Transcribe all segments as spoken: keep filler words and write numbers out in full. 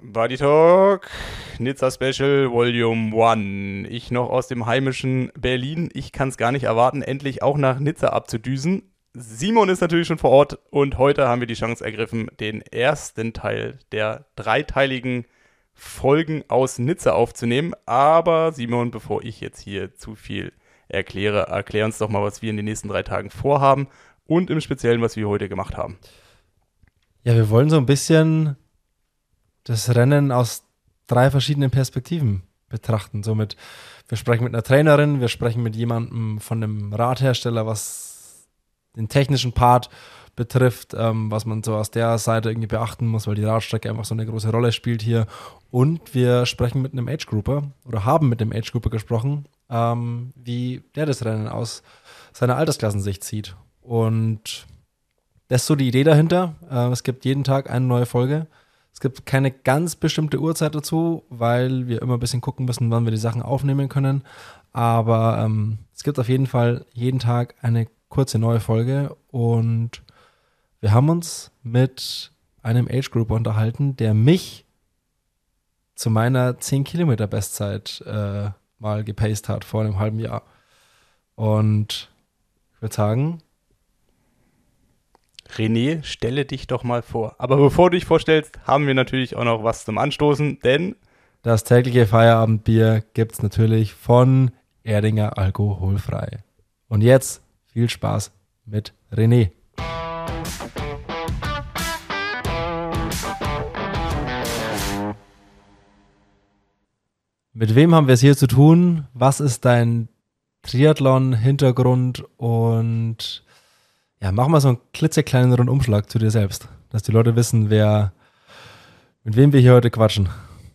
Buddy Talk, Nizza Special Volume eins. Ich noch aus dem heimischen Berlin. Ich kann es gar nicht erwarten, endlich auch nach Nizza abzudüsen. Simon ist natürlich schon vor Ort und heute haben wir die Chance ergriffen, den ersten Teil der dreiteiligen Folgen aus Nizza aufzunehmen. Aber Simon, bevor ich jetzt hier zu viel erkläre, erklär uns doch mal, was wir in den nächsten drei Tagen vorhaben und im Speziellen, was wir heute gemacht haben. Ja, wir wollen so ein bisschen das Rennen aus drei verschiedenen Perspektiven betrachten. Somit, wir sprechen mit einer Trainerin, wir sprechen mit jemandem von einem Radhersteller, was den technischen Part betrifft, ähm, was man so aus der Seite irgendwie beachten muss, weil die Radstrecke einfach so eine große Rolle spielt hier. Und wir sprechen mit einem Age-Grouper oder haben mit einem Age-Grouper gesprochen, ähm, wie der das Rennen aus seiner Altersklassensicht sieht. Und das ist so die Idee dahinter. Äh, es gibt jeden Tag eine neue Folge. Es gibt keine ganz bestimmte Uhrzeit dazu, weil wir immer ein bisschen gucken müssen, wann wir die Sachen aufnehmen können. Aber ähm, es gibt auf jeden Fall jeden Tag eine kurze neue Folge. Und wir haben uns mit einem Age Group unterhalten, der mich zu meiner zehn Kilometer Bestzeit äh, mal gepaced hat vor einem halben Jahr. Und ich würde sagen, René, stelle dich doch mal vor. Aber bevor du dich vorstellst, haben wir natürlich auch noch was zum Anstoßen, denn das tägliche Feierabendbier gibt es natürlich von Erdinger alkoholfrei. Und jetzt viel Spaß mit René. Mit wem haben wir es hier zu tun? Was ist dein Triathlon-Hintergrund? Und ja, mach mal so einen klitzekleinen Rundumschlag zu dir selbst, dass die Leute wissen, wer, mit wem wir hier heute quatschen.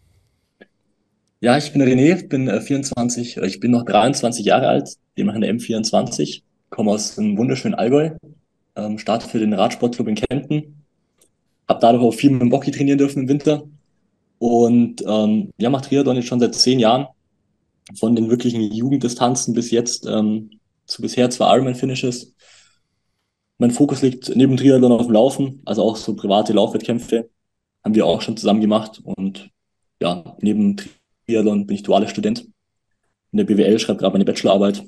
Ja, ich bin René, bin äh, vierundzwanzig, äh, ich bin noch dreiundzwanzig Jahre alt, demnach in der M vierundzwanzig, komme aus dem wunderschönen Allgäu, ähm, starte für den Radsportclub in Kempten, habe dadurch auch viel mit dem Bocky trainieren dürfen im Winter und ähm, ja, mache Triathlon jetzt schon seit zehn Jahren, von den wirklichen Jugenddistanzen bis jetzt ähm, zu bisher zwei Ironman-Finishes. Mein Fokus liegt neben Triathlon auf dem Laufen, also auch so private Laufwettkämpfe haben wir auch schon zusammen gemacht und ja, neben Triathlon bin ich dualer Student in der B W L, schreibe gerade meine Bachelorarbeit.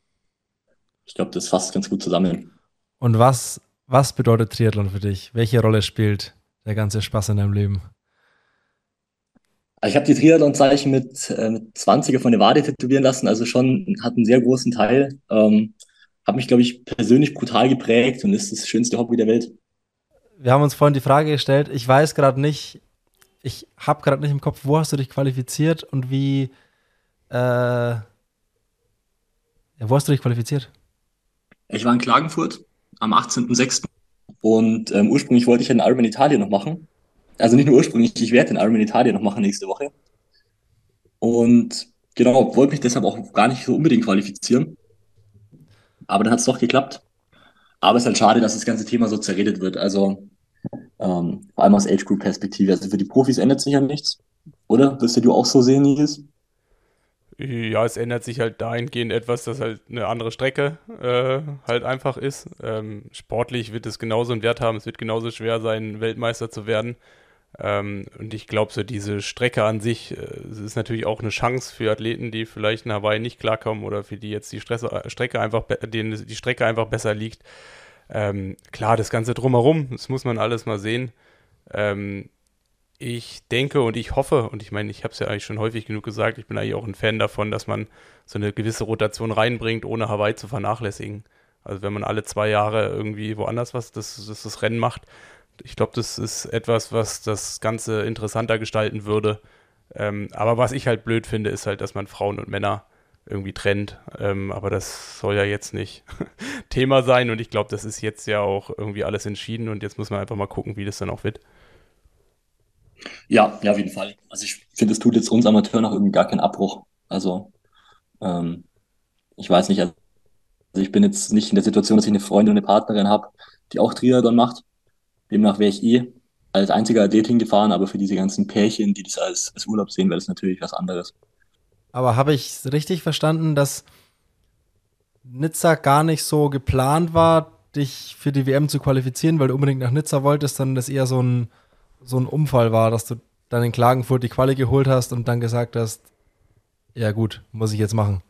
Ich glaube, das fasst ganz gut zusammen. Und was, was bedeutet Triathlon für dich? Welche Rolle spielt der ganze Spaß in deinem Leben? Ich habe die Triathlon-Zeichen mit, äh, mit zwanziger von der Wade tätowieren lassen, also schon hat einen sehr großen Teil. Ähm, hat mich, glaube ich, persönlich brutal geprägt und ist das schönste Hobby der Welt. Wir haben uns vorhin die Frage gestellt, ich weiß gerade nicht, ich habe gerade nicht im Kopf, wo hast du dich qualifiziert und wie, äh, ja, wo hast du dich qualifiziert? Ich war in Klagenfurt am achtzehnten sechsten und ähm, ursprünglich wollte ich ja den Ironman Italien noch machen. Also nicht nur ursprünglich, ich werde den Ironman Italien noch machen nächste Woche. Und genau, wollte mich deshalb auch gar nicht so unbedingt qualifizieren. Aber dann hat es doch geklappt. Aber es ist halt schade, dass das ganze Thema so zerredet wird. Also ähm, vor allem aus Age-Group-Perspektive. Also für die Profis ändert sich ja nichts. Oder? Wirst du auch so sehen, Nils? ja, es ändert sich halt dahingehend etwas, dass halt eine andere Strecke äh, halt einfach ist. Ähm, sportlich wird es genauso einen Wert haben, es wird genauso schwer sein, Weltmeister zu werden. Ähm, und ich glaube, so diese Strecke an sich, äh, es ist natürlich auch eine Chance für Athleten, die vielleicht in Hawaii nicht klarkommen oder für die jetzt die Stress Strecke einfach, be- denen die Strecke einfach besser liegt. Ähm, klar, das Ganze drumherum, das muss man alles mal sehen. Ähm, Ich denke und ich hoffe, und ich meine, ich habe es ja eigentlich schon häufig genug gesagt, ich bin eigentlich auch ein Fan davon, dass man so eine gewisse Rotation reinbringt, ohne Hawaii zu vernachlässigen. Also wenn man alle zwei Jahre irgendwie woanders was, das, das, das Rennen macht, ich glaube, das ist etwas, was das Ganze interessanter gestalten würde. Ähm, aber was ich halt blöd finde, ist halt, dass man Frauen und Männer irgendwie trennt. Ähm, aber das soll ja jetzt nicht Thema sein und ich glaube, das ist jetzt ja auch irgendwie alles entschieden und jetzt muss man einfach mal gucken, wie das dann auch wird. Ja, ja, auf jeden Fall. Also ich finde, es tut jetzt uns Amateuren auch irgendwie gar keinen Abbruch. Also ähm, ich weiß nicht, also ich bin jetzt nicht in der Situation, dass ich eine Freundin und eine Partnerin habe, die auch Triathlon macht. Demnach wäre ich eh als einziger Athlet hingefahren, aber für diese ganzen Pärchen, die das als, als Urlaub sehen, wäre das natürlich was anderes. Aber habe ich es richtig verstanden, dass Nizza gar nicht so geplant war, dich für die W M zu qualifizieren, weil du unbedingt nach Nizza wolltest, sondern das eher so ein, so ein Unfall war, dass du dann in Klagenfurt die Quali geholt hast und dann gesagt hast, ja gut, muss ich jetzt machen?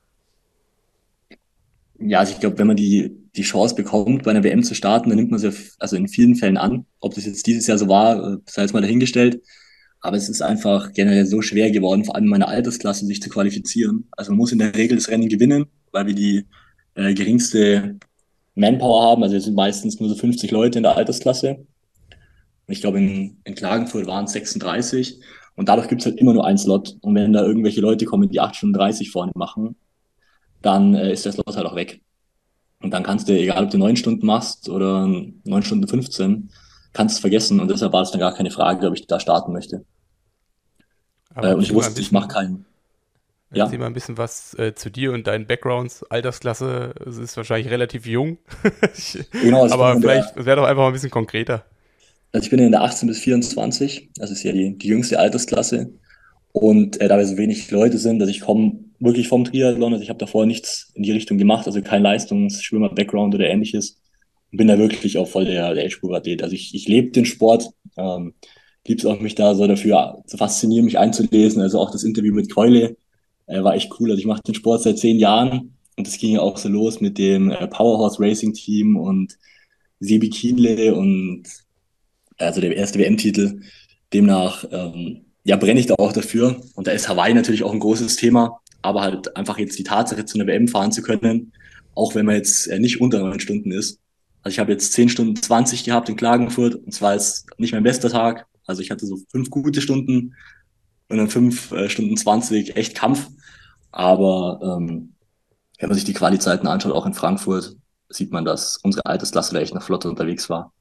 Ja, also ich glaube, wenn man die, die Chance bekommt, bei einer W M zu starten, dann nimmt man sie auf, also in vielen Fällen an. Ob das jetzt dieses Jahr so war, äh, sei jetzt mal dahingestellt. Aber es ist einfach generell so schwer geworden, vor allem in meiner Altersklasse, sich zu qualifizieren. Also man muss in der Regel das Rennen gewinnen, weil wir die äh, geringste Manpower haben. Also wir sind meistens nur so fünfzig Leute in der Altersklasse. Und ich glaube, in, in Klagenfurt waren es sechsunddreißig. Und dadurch gibt es halt immer nur einen Slot. Und wenn da irgendwelche Leute kommen, die acht Stunden dreißig vorne machen, dann äh, ist der Slot halt auch weg. Und dann kannst du, egal ob du neun Stunden machst oder neun Stunden fünfzehn, kannst es vergessen. Und deshalb war es dann gar keine Frage, ob ich da starten möchte. Aber Äh, und ich erzähl mal ein wusste, ich mache bisschen, keinen. erzähl Ja, mal ein bisschen was äh, zu dir und deinen Backgrounds. Altersklasse, es ist wahrscheinlich relativ jung. Ich, genau, also ich bin aber in vielleicht der, wäre doch einfach mal ein bisschen konkreter. also ich bin in der achtzehn bis vierundzwanzig, das ist ja die, die jüngste Altersklasse. Und äh, da wir so wenig Leute sind, also ich komme wirklich vom Triathlon, also ich habe davor nichts in die Richtung gemacht, also kein Leistungsschwimmer-Background oder ähnliches. Und bin da wirklich auch voll der, der Endspurt-Athlet. Also ich, ich lebe den Sport, ähm, liebe es auch, mich da so dafür zu faszinieren, mich einzulesen. Also auch das Interview mit Keule äh, war echt cool. Also ich mache den Sport seit zehn Jahren und es ging ja auch so los mit dem äh, Powerhouse Racing Team und Sebi Kienle und also der erste W M-Titel. Demnach ähm, ja, brenne ich da auch dafür. Und da ist Hawaii natürlich auch ein großes Thema, aber halt einfach jetzt die Tatsache, zu einer W M fahren zu können, auch wenn man jetzt äh, nicht unter neun Stunden ist. Also ich habe jetzt zehn Stunden zwanzig gehabt in Klagenfurt und zwar ist nicht mein bester Tag. Also ich hatte so fünf gute Stunden und dann fünf äh, Stunden zwanzig echt Kampf. Aber ähm, wenn man sich die Quali-Zeiten anschaut, auch in Frankfurt, sieht man, dass unsere Altersklasse da echt noch flotter unterwegs war.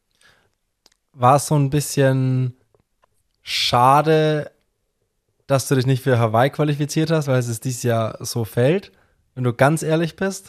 War es so ein bisschen schade, dass du dich nicht für Hawaii qualifiziert hast, weil es dieses Jahr so fällt, wenn du ganz ehrlich bist?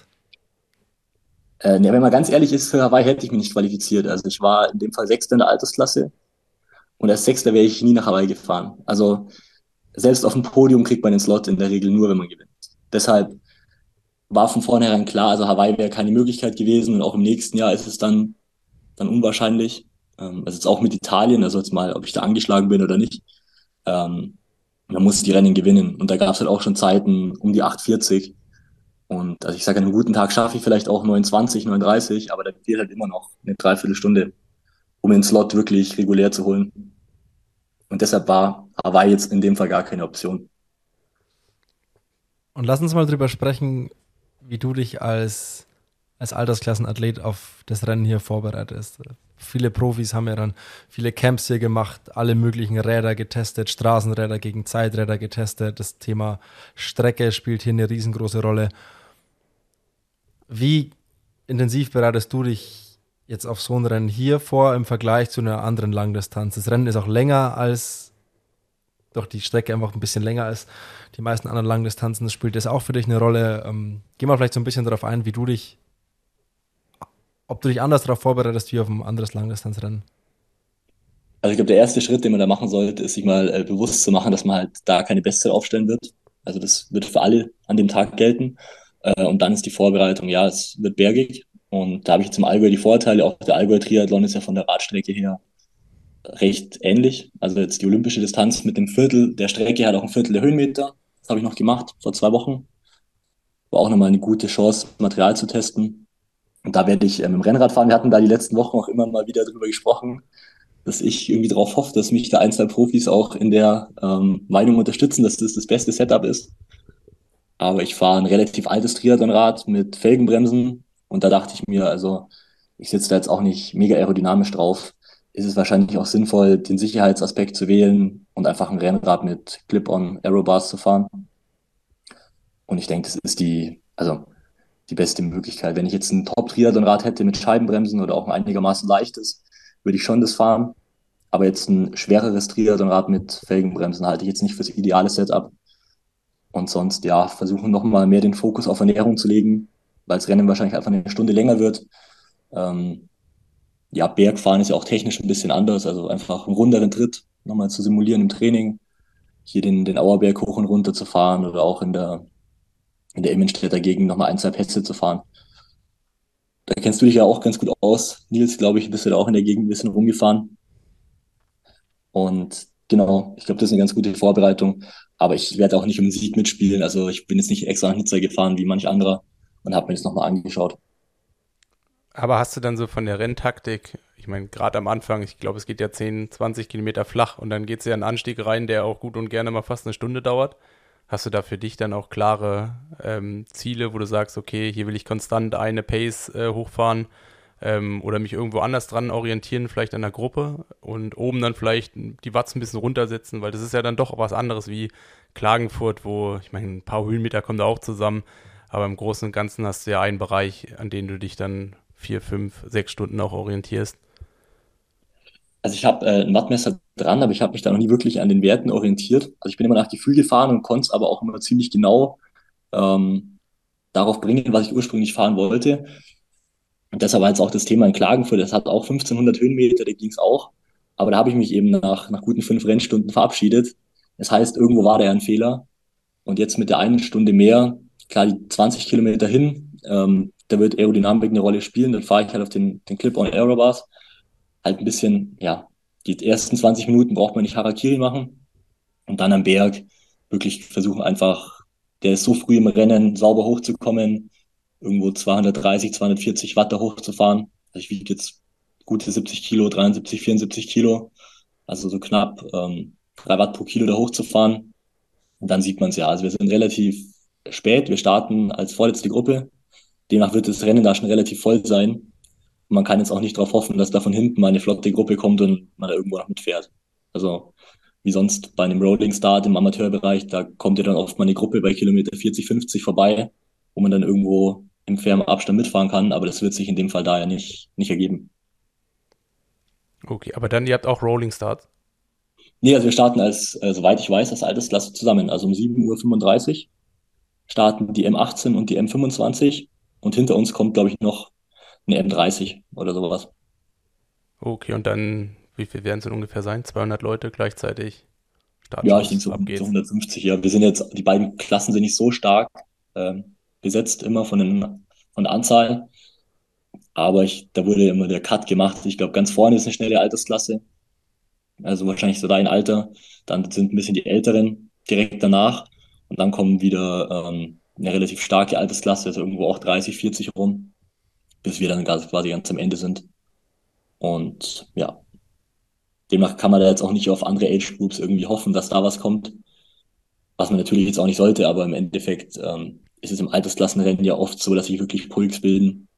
Äh, ne, wenn man ganz ehrlich ist, für Hawaii hätte ich mich nicht qualifiziert. Also ich war in dem Fall Sechster in der Altersklasse und als Sechster wäre ich nie nach Hawaii gefahren. Also selbst auf dem Podium kriegt man den Slot in der Regel nur, wenn man gewinnt. Deshalb war von vornherein klar, also Hawaii wäre keine Möglichkeit gewesen und auch im nächsten Jahr ist es dann, dann unwahrscheinlich. Ähm, also jetzt auch mit Italien, also jetzt mal, ob ich da angeschlagen bin oder nicht. Ähm, Man muss die Rennen gewinnen und da gab es halt auch schon Zeiten um die acht vierzig. Und also ich sage, an einem guten Tag schaffe ich vielleicht auch neun zwanzig, neun dreißig, aber da fehlt halt immer noch eine Dreiviertelstunde, um den Slot wirklich regulär zu holen. Und deshalb war Hawaii jetzt in dem Fall gar keine Option. Und lass uns mal drüber sprechen, wie du dich als, als Altersklassenathlet auf das Rennen hier vorbereitest. Viele Profis haben ja dann viele Camps hier gemacht, alle möglichen Räder getestet, Straßenräder gegen Zeiträder getestet. Das Thema Strecke spielt hier eine riesengroße Rolle. Wie intensiv bereitest du dich jetzt auf so ein Rennen hier vor im Vergleich zu einer anderen Langdistanz? Das Rennen ist auch länger als, doch die Strecke einfach ein bisschen länger als die meisten anderen Langdistanzen. Spielt das auch für dich eine Rolle? Ähm, geh mal vielleicht so ein bisschen darauf ein, wie du dich, ob du dich anders darauf vorbereitest wie auf ein anderes Langdistanzrennen. Also ich glaube, der erste Schritt, den man da machen sollte, ist sich mal äh, bewusst zu machen, dass man halt da keine Bestzeit aufstellen wird. Also das wird für alle an dem Tag gelten. Äh, und dann ist die Vorbereitung, ja, es wird bergig. Und da habe ich jetzt im Allgäu die Vorteile. Auch der Allgäu-Triathlon ist ja von der Radstrecke her recht ähnlich. Also jetzt die olympische Distanz mit dem Viertel der Strecke hat auch ein Viertel der Höhenmeter. Das habe ich noch gemacht vor zwei Wochen. War auch nochmal eine gute Chance, Material zu testen. Und da werde ich äh, mit dem Rennrad fahren. Wir hatten da die letzten Wochen auch immer mal wieder drüber gesprochen, dass ich irgendwie darauf hoffe, dass mich da ein, zwei Profis auch in der ähm, Meinung unterstützen, dass das das beste Setup ist. Aber ich fahre ein relativ altes Triathlonrad mit Felgenbremsen und da dachte ich mir, also ich sitze da jetzt auch nicht mega aerodynamisch drauf. Ist es wahrscheinlich auch sinnvoll, den Sicherheitsaspekt zu wählen und einfach ein Rennrad mit Clip-on Aerobars zu fahren. Und ich denke, das ist die, also die beste Möglichkeit. Wenn ich jetzt ein Top-Triathlonrad hätte mit Scheibenbremsen oder auch ein einigermaßen leichtes, würde ich schon das fahren. Aber jetzt ein schwereres Triathlonrad mit Felgenbremsen halte ich jetzt nicht fürs ideale Setup. Und sonst, ja, versuchen nochmal mehr den Fokus auf Ernährung zu legen, weil das Rennen wahrscheinlich einfach eine Stunde länger wird. Ähm, ja, Bergfahren ist ja auch technisch ein bisschen anders, also einfach einen runderen Tritt nochmal zu simulieren im Training, hier den, den Auerberg hoch und runter zu fahren oder auch in der, in der Immenstädter Gegend nochmal ein, zwei Pässe zu fahren. Da kennst du dich ja auch ganz gut aus. Nils, glaube ich, bist du da auch in der Gegend ein bisschen rumgefahren. Und Genau, ich glaube, das ist eine ganz gute Vorbereitung. Aber ich werde auch nicht um den Sieg mitspielen. Also ich bin jetzt nicht extra nach Nizza gefahren wie manch anderer und habe mir das nochmal angeschaut. Aber hast du dann so von der Renntaktik, ich meine, gerade am Anfang, ich glaube, es geht ja zehn, zwanzig Kilometer flach und dann geht es ja einen Anstieg rein, der auch gut und gerne mal fast eine Stunde dauert. Hast du da für dich dann auch klare ähm, Ziele, wo du sagst, okay, hier will ich konstant eine Pace äh, hochfahren ähm, oder mich irgendwo anders dran orientieren, vielleicht an der Gruppe und oben dann vielleicht die Watts ein bisschen runtersetzen, weil das ist ja dann doch was anderes wie Klagenfurt, wo, ich meine, ein paar Höhenmeter kommen da auch zusammen, aber im Großen und Ganzen hast du ja einen Bereich, an dem du dich dann vier, fünf, sechs Stunden auch orientierst. Also ich habe äh, ein Wattmesser dran, aber ich habe mich da noch nie wirklich an den Werten orientiert. Also ich bin immer nach Gefühl gefahren und konnte es aber auch immer ziemlich genau ähm, darauf bringen, was ich ursprünglich fahren wollte. Und deshalb war jetzt auch das Thema in Klagenfurt, das hat auch fünfzehnhundert Höhenmeter, da ging es auch. Aber da habe ich mich eben nach, nach guten fünf Rennstunden verabschiedet. Das heißt, irgendwo war da ja ein Fehler. Und jetzt mit der einen Stunde mehr, klar, die zwanzig Kilometer hin, ähm, da wird Aerodynamik eine Rolle spielen. Dann fahre ich halt auf den, den Clip-on Aerobars. Halt ein bisschen, ja, die ersten zwanzig Minuten braucht man nicht Harakiri machen. Und dann am Berg wirklich versuchen einfach, der ist so früh im Rennen, sauber hochzukommen, irgendwo zweihundertdreißig, zweihundertvierzig Watt da hochzufahren. Also ich wiege jetzt gute siebzig Kilo, dreiundsiebzig, vierundsiebzig Kilo, also so knapp ähm, drei Watt pro Kilo da hochzufahren. Und dann sieht man es ja. Also wir sind relativ spät, wir starten als vorletzte Gruppe. Demnach wird das Rennen da schon relativ voll sein. Und man kann jetzt auch nicht darauf hoffen, dass da von hinten mal eine flotte Gruppe kommt und man da irgendwo noch mitfährt. Also wie sonst bei einem Rolling Start im Amateurbereich, da kommt ja dann oft mal eine Gruppe bei Kilometer vierzig, fünfzig vorbei, wo man dann irgendwo im fairen Abstand mitfahren kann, aber das wird sich in dem Fall da ja nicht, nicht ergeben. Okay, aber dann, ihr habt auch Rolling Start. Nee, also wir starten als, äh, soweit ich weiß, als Altersklasse zusammen. Also um sieben Uhr fünfunddreißig starten die M achtzehn und die M fünfundzwanzig und hinter uns kommt, glaube ich, noch eine M dreißig oder sowas. Okay, und dann, wie viel werden es denn ungefähr sein? zweihundert Leute gleichzeitig. Ja, ich denke Startschuss, so, ab so geht's. hundertfünfzig. Ja, wir sind jetzt, die beiden Klassen sind nicht so stark ähm, besetzt immer von, den, von der Anzahl. Aber ich, da wurde immer der Cut gemacht. Ich glaube, ganz vorne ist eine schnelle Altersklasse, also wahrscheinlich so dein Alter. Dann sind ein bisschen die Älteren direkt danach. Und dann kommen wieder ähm, eine relativ starke Altersklasse, also irgendwo auch dreißig, vierzig rum, bis wir dann ganz, quasi ganz am Ende sind. Und ja, demnach kann man da jetzt auch nicht auf andere Age Groups irgendwie hoffen, dass da was kommt, was man natürlich jetzt auch nicht sollte, aber im Endeffekt ähm, ist es im Altersklassenrennen ja oft so, dass sich wirklich Pulks bilden,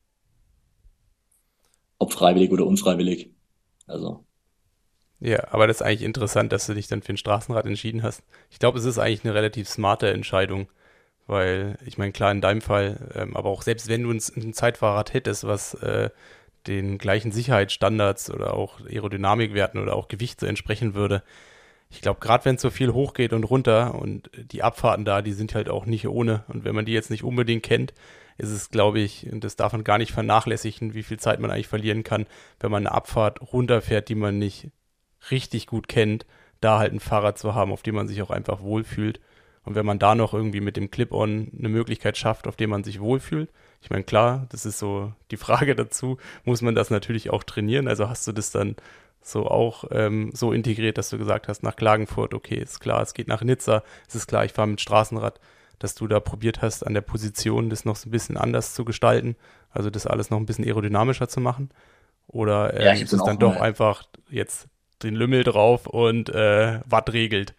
ob freiwillig oder unfreiwillig. Also. Ja, aber das ist eigentlich interessant, dass du dich dann für ein Straßenrad entschieden hast. Ich glaube, es ist eigentlich eine relativ smarte Entscheidung, weil ich meine, klar, in deinem Fall, ähm, aber auch selbst wenn du ein, ein Zeitfahrrad hättest, was äh, den gleichen Sicherheitsstandards oder auch Aerodynamikwerten oder auch Gewicht so entsprechen würde, ich glaube, gerade wenn es so viel hochgeht und runter und die Abfahrten da, die sind halt auch nicht ohne. Und wenn man die jetzt nicht unbedingt kennt, ist es, glaube ich, und das darf man gar nicht vernachlässigen, wie viel Zeit man eigentlich verlieren kann, wenn man eine Abfahrt runterfährt, die man nicht richtig gut kennt, da halt ein Fahrrad zu haben, auf dem man sich auch einfach wohlfühlt. Und wenn man da noch irgendwie mit dem Clip-On eine Möglichkeit schafft, auf dem man sich wohlfühlt, ich meine, klar, das ist so die Frage dazu, muss man das natürlich auch trainieren? Also hast du das dann so auch ähm, so integriert, dass du gesagt hast, nach Klagenfurt, okay, ist klar, es geht nach Nizza, es ist klar, ich fahre mit Straßenrad, dass du da probiert hast, an der Position das noch so ein bisschen anders zu gestalten, also das alles noch ein bisschen aerodynamischer zu machen? Oder Ja, ich ähm, habe ist dann es auch dann doch mal. einfach jetzt den Lümmel drauf und äh, Watt regelt?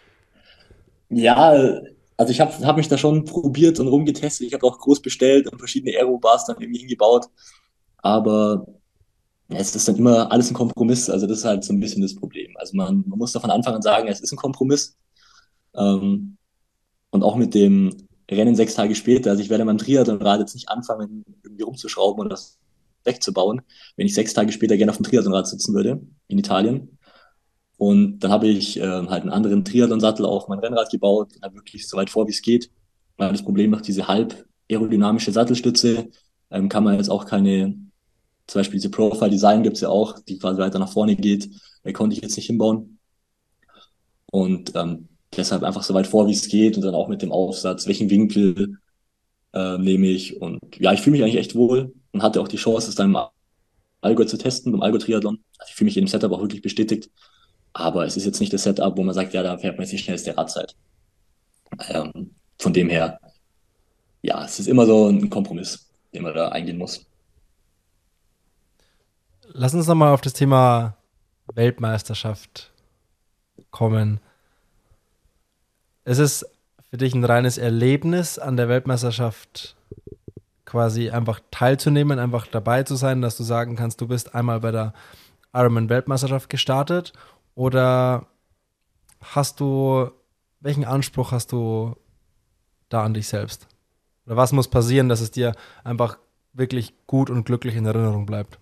Ja, also ich habe hab mich da schon probiert und rumgetestet. Ich habe auch groß bestellt und verschiedene Aero-Bars dann irgendwie hingebaut. Aber ja, es ist dann immer alles ein Kompromiss. Also das ist halt so ein bisschen das Problem. Also man, man muss da von Anfang an sagen, es ist ein Kompromiss. Ähm, und auch mit dem Rennen sechs Tage später. Also ich werde beim Triathlonrad jetzt nicht anfangen, irgendwie rumzuschrauben oder das wegzubauen, wenn ich sechs Tage später gerne auf dem Triathlonrad sitzen würde in Italien. Und dann habe ich äh, halt einen anderen Triathlon-Sattel auf mein Rennrad gebaut, und habe wirklich so weit vor, wie es geht. Weil das Problem noch diese halb aerodynamische Sattelstütze, ähm, kann man jetzt auch keine, zum Beispiel diese Profile Design gibt's ja auch, die quasi weiter nach vorne geht, äh, konnte ich jetzt nicht hinbauen. Und ähm, deshalb einfach so weit vor, wie es geht und dann auch mit dem Aufsatz, welchen Winkel äh, nehme ich. Und ja, ich fühle mich eigentlich echt wohl und hatte auch die Chance, es dann im Allgäu zu testen, beim Allgäu Triathlon. Also ich fühle mich in dem Setup auch wirklich bestätigt. Aber es ist jetzt nicht das Setup, wo man sagt, ja, da fährt man jetzt die schnellste Radzeit. Ähm, von dem her, ja, es ist immer so ein Kompromiss, den man da eingehen muss. Lass uns nochmal auf das Thema Weltmeisterschaft kommen. Ist es für dich ein reines Erlebnis, an der Weltmeisterschaft quasi einfach teilzunehmen, einfach dabei zu sein, dass du sagen kannst, du bist einmal bei der Ironman-Weltmeisterschaft gestartet? Oder hast du, welchen Anspruch hast du da an dich selbst? Oder was muss passieren, dass es dir einfach wirklich gut und glücklich in Erinnerung bleibt?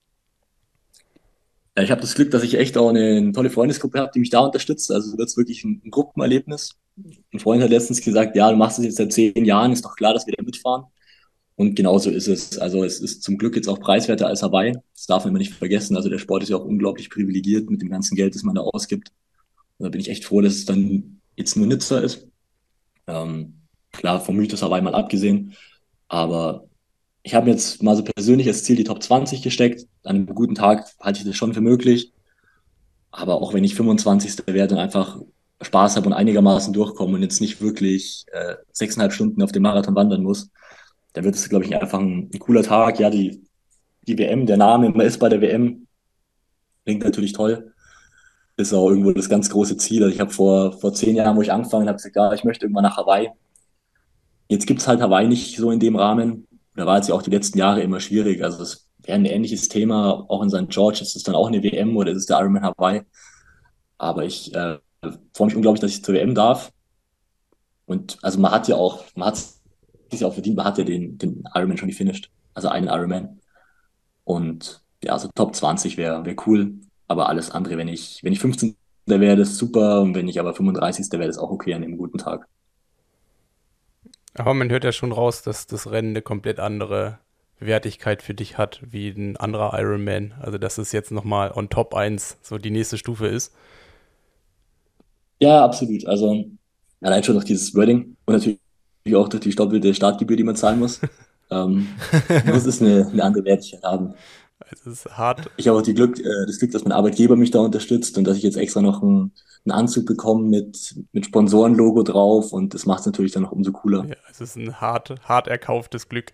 Ja, ich habe das Glück, dass ich echt auch eine, eine tolle Freundesgruppe habe, die mich da unterstützt. Also wird es wirklich ein, ein Gruppenerlebnis. Ein Freund hat letztens gesagt, ja, du machst es jetzt seit zehn Jahren, ist doch klar, dass wir da mitfahren. Und genauso ist es. Also es ist zum Glück jetzt auch preiswerter als Hawaii. Das darf man immer nicht vergessen. Also der Sport ist ja auch unglaublich privilegiert mit dem ganzen Geld, das man da ausgibt. Und da bin ich echt froh, dass es dann jetzt nur Nizza ist. Ähm, klar, vom Mythos Hawaii mal abgesehen. Aber ich habe mir jetzt mal so persönlich als Ziel die Top zwanzig gesteckt. An einem guten Tag halte ich das schon für möglich. Aber auch wenn ich fünfundzwanzigster werde und einfach Spaß habe und einigermaßen durchkomme und jetzt nicht wirklich äh, sechseinhalb Stunden auf dem Marathon wandern muss, dann wird es, glaube ich, einfach ein, ein cooler Tag. Ja, die, die W M, der Name, man ist bei der W M, klingt natürlich toll. Ist auch irgendwo das ganz große Ziel. Also ich habe vor, vor zehn Jahren, wo ich angefangen habe, gesagt, ja, ich möchte irgendwann nach Hawaii. Jetzt gibt's halt Hawaii nicht so in dem Rahmen. Da war es ja auch die letzten Jahre immer schwierig. Also es wäre ein ähnliches Thema. Auch in Sankt George ist es dann auch eine W M oder ist es der Ironman Hawaii. Aber ich äh, freue mich unglaublich, dass ich zur W M darf. Und also man hat ja auch, man hat es ja auch verdient, man hat ja den, den Ironman schon gefinisht. Also einen Ironman. Und ja, also Top zwanzig wäre wär cool. Aber alles andere, wenn ich, wenn ich fünfzehnter wäre, das super. Und wenn ich aber fünfunddreißigster wäre, das auch okay an dem guten Tag. Aber man hört ja schon raus, dass das Rennen eine komplett andere Wertigkeit für dich hat, wie ein anderer Ironman. Also, dass es jetzt nochmal on top eins so die nächste Stufe ist. Ja, absolut. Also allein schon durch dieses Wording und natürlich auch durch die doppelte Startgebühr, die man zahlen muss, ähm, muss es eine, eine andere Wertigkeit haben. Also, es ist hart. Ich habe auch die Glück, äh, das Glück, dass mein Arbeitgeber mich da unterstützt und dass ich jetzt extra noch einen, einen Anzug bekomme mit, mit Sponsorenlogo drauf und das macht es natürlich dann noch umso cooler. Ja, es ist ein hart, hart erkauftes Glück.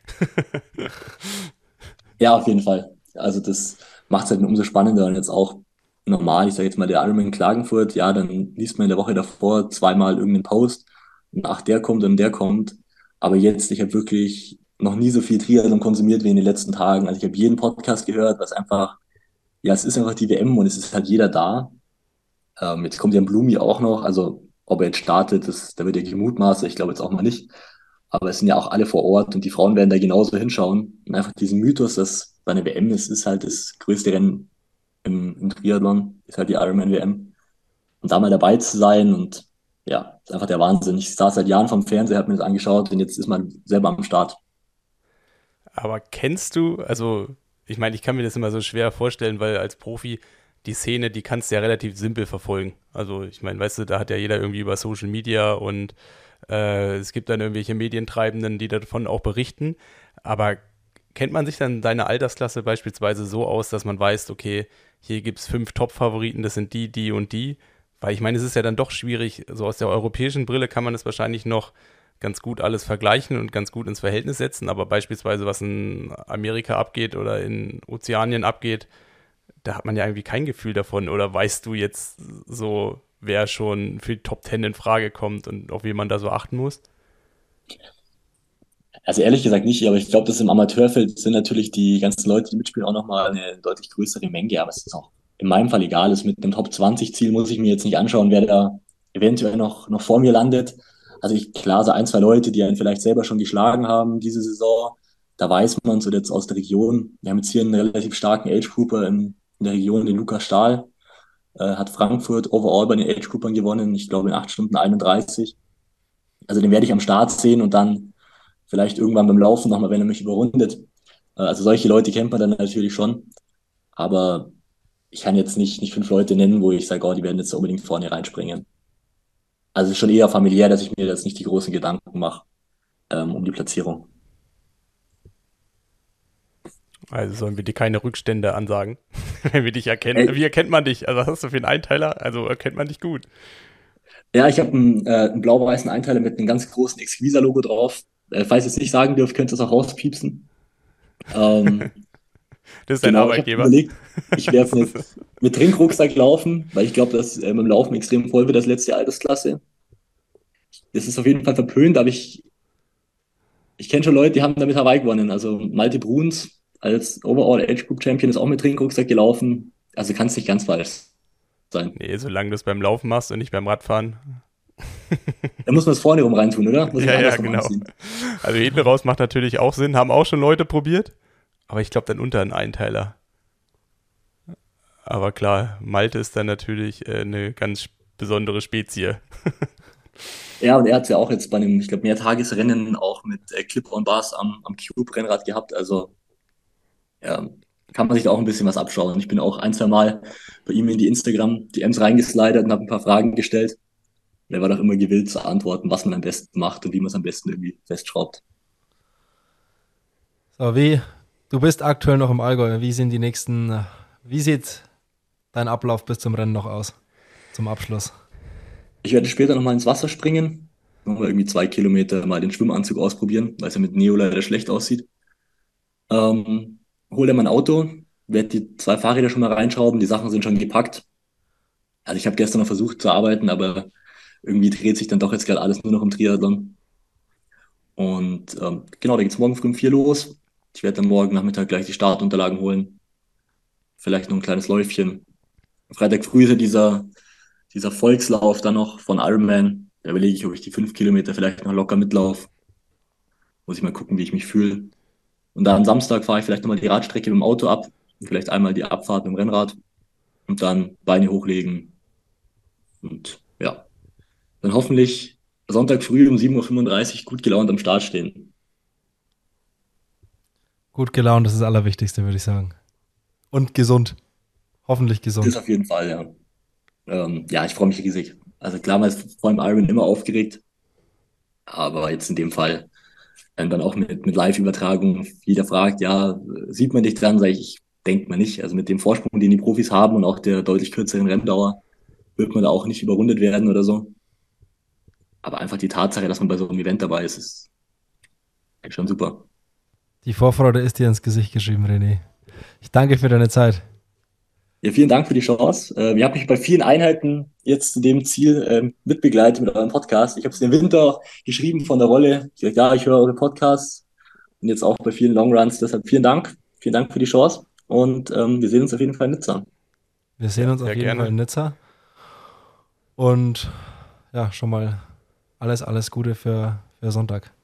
Ja, auf jeden Fall. Also das macht es halt umso spannender und jetzt auch normal, ich sage jetzt mal der Ironman Klagenfurt, ja, dann liest man in der Woche davor zweimal irgendeinen Post und ach, der kommt und der kommt. Aber jetzt, ich habe wirklich noch nie so viel Triathlon konsumiert wie in den letzten Tagen. Also ich habe jeden Podcast gehört, was einfach, ja, es ist einfach die W M und es ist halt jeder da. Ähm, jetzt kommt ja ein Blumi auch noch, also ob er jetzt startet, das, da wird ja gemutmaßt, ich glaube jetzt auch mal nicht. Aber es sind ja auch alle vor Ort und die Frauen werden da genauso hinschauen. Und einfach diesen Mythos, dass bei einer W M ist, ist halt das größte Rennen im, im Triathlon, ist halt die Ironman W M. Und da mal dabei zu sein und ja, ist einfach der Wahnsinn. Ich saß seit Jahren vom Fernseher, habe mir das angeschaut und jetzt ist man selber am Start. Aber kennst du, also ich meine, ich kann mir das immer so schwer vorstellen, weil als Profi die Szene, die kannst du ja relativ simpel verfolgen. Also ich meine, weißt du, da hat ja jeder irgendwie über Social Media und äh, es gibt dann irgendwelche Medientreibenden, die davon auch berichten. Aber kennt man sich dann deine Altersklasse beispielsweise so aus, dass man weiß, okay, hier gibt es fünf Top-Favoriten, das sind die, die und die? Weil ich meine, es ist ja dann doch schwierig, so aus der europäischen Brille kann man es wahrscheinlich noch ganz gut alles vergleichen und ganz gut ins Verhältnis setzen, aber beispielsweise was in Amerika abgeht oder in Ozeanien abgeht, da hat man ja irgendwie kein Gefühl davon. Oder weißt du jetzt so, wer schon für die Top Ten in Frage kommt und auf wen man da so achten muss? Also ehrlich gesagt nicht, aber ich glaube, dass im Amateurfeld sind natürlich die ganzen Leute, die mitspielen, auch nochmal eine deutlich größere Menge. Aber es ist auch in meinem Fall egal. Ist mit einem Top zwanzig Ziel muss ich mir jetzt nicht anschauen, wer da eventuell noch, noch vor mir landet. Also ich, klar, so ein, zwei Leute, die einen vielleicht selber schon geschlagen haben diese Saison, da weiß man so jetzt aus der Region. Wir haben jetzt hier einen relativ starken Age-Grouper in, in der Region, den Lukas Stahl, äh, hat Frankfurt overall bei den Age-Groupern gewonnen, ich glaube in acht Stunden einunddreißig. Also den werde ich am Start sehen und dann vielleicht irgendwann beim Laufen nochmal, wenn er mich überrundet. Äh, Also solche Leute kennt man dann natürlich schon. Aber ich kann jetzt nicht, nicht fünf Leute nennen, wo ich sage, oh, die werden jetzt unbedingt vorne reinspringen. Also es ist schon eher familiär, dass ich mir jetzt nicht die großen Gedanken mache ähm, um die Platzierung. Also sollen wir dir keine Rückstände ansagen, wenn wir dich erkennen. Ey, Wie erkennt man dich? Also was hast du für einen Einteiler? Also erkennt man dich gut. ja, ich habe einen, äh, einen blau-weißen Einteiler mit einem ganz großen Exquisa-Logo drauf. Äh, falls ihr es nicht sagen dürft, könnt ihr es auch rauspiepsen. Ähm, Das ist dein genau, ich habe Arbeitgeber. überlegt, ich werde mit, mit Trinkrucksack laufen, weil ich glaube, dass äh, mit dem Laufen extrem voll wird, das letzte Altersklasse. Das ist auf jeden Fall verpönt, aber ich, ich kenne schon Leute, die haben damit Hawaii gewonnen. Also Malte Bruns als Overall Age Group Champion ist auch mit Trinkrucksack gelaufen. Also kann es nicht ganz falsch sein. Nee, solange du es beim Laufen machst und nicht beim Radfahren. Da muss man es vorne rum reintun, oder? Muss ich Ja, ja, andersrum genau. anziehen. Also hinten raus macht natürlich auch Sinn. Haben auch schon Leute probiert. Aber ich glaube dann unter einen Einteiler. Aber klar, Malte ist dann natürlich äh, eine ganz besondere Spezie. Ja, und er hat es ja auch jetzt bei einem, ich glaube, Mehrtagesrennen auch mit äh, Clip-on-Bars am, am Cube-Rennrad gehabt. Also ja, kann man sich da auch ein bisschen was abschauen. Ich bin auch ein, zwei Mal bei ihm in die Instagram-D Ms reingeslidet und habe ein paar Fragen gestellt. Er war doch immer gewillt zu antworten, was man am besten macht und wie man es am besten irgendwie festschraubt. So, wie, du bist aktuell noch im Allgäu. Wie sind die nächsten, äh, wie sieht dein Ablauf bis zum Rennen noch aus? Zum Abschluss? Ich werde später nochmal ins Wasser springen, nochmal irgendwie zwei Kilometer mal den Schwimmanzug ausprobieren, weil es ja mit Neo leider schlecht aussieht. Ähm, hole mein Auto, werde die zwei Fahrräder schon mal reinschrauben, die Sachen sind schon gepackt. Also ich habe gestern noch versucht zu arbeiten, aber irgendwie dreht sich dann doch jetzt gerade alles nur noch im Triathlon. Und ähm, genau, da geht's morgen früh um vier los. Ich werde dann morgen Nachmittag gleich die Startunterlagen holen. Vielleicht noch ein kleines Läufchen. Freitag früh ist ja dieser, dieser Volkslauf dann noch von Ironman. Da überlege ich, ob ich die fünf Kilometer vielleicht noch locker mitlaufe. Muss ich mal gucken, wie ich mich fühle. Und dann am Samstag fahre ich vielleicht nochmal die Radstrecke mit dem Auto ab. Und vielleicht einmal die Abfahrt mit dem Rennrad. Und dann Beine hochlegen. Und ja, dann hoffentlich Sonntag früh um sieben Uhr fünfunddreißig gut gelaunt am Start stehen. Gut gelaunt, das ist das Allerwichtigste, würde ich sagen. Und gesund. Hoffentlich Das gesund. auf jeden Fall, ja. Ähm, ja, ich freue mich riesig. Also klar, man ist vor dem Iron immer aufgeregt, aber jetzt in dem Fall ähm, dann auch mit, mit Live-Übertragung. Jeder fragt, ja, sieht man dich dann? Sag ich, ich denke mal nicht. Also mit dem Vorsprung, den die Profis haben und auch der deutlich kürzeren Renndauer, wird man da auch nicht überrundet werden oder so. Aber einfach die Tatsache, dass man bei so einem Event dabei ist, ist echt schon super. Die Vorfreude ist dir ins Gesicht geschrieben, René. Ich danke für deine Zeit. Ja, vielen Dank für die Chance. Äh, ihr habt mich bei vielen Einheiten jetzt zu dem Ziel ähm, mitbegleitet mit eurem Podcast. Ich habe es im Winter auch geschrieben von der Rolle. Ich gesagt, ja, ich höre eure Podcasts und jetzt auch bei vielen Longruns. Deshalb vielen Dank. Vielen Dank für die Chance und ähm, wir sehen uns auf jeden Fall in Nizza. Wir sehen Ja, uns auf sehr jeden gerne. Fall in Nizza. Und ja, schon mal alles, alles Gute für, für Sonntag.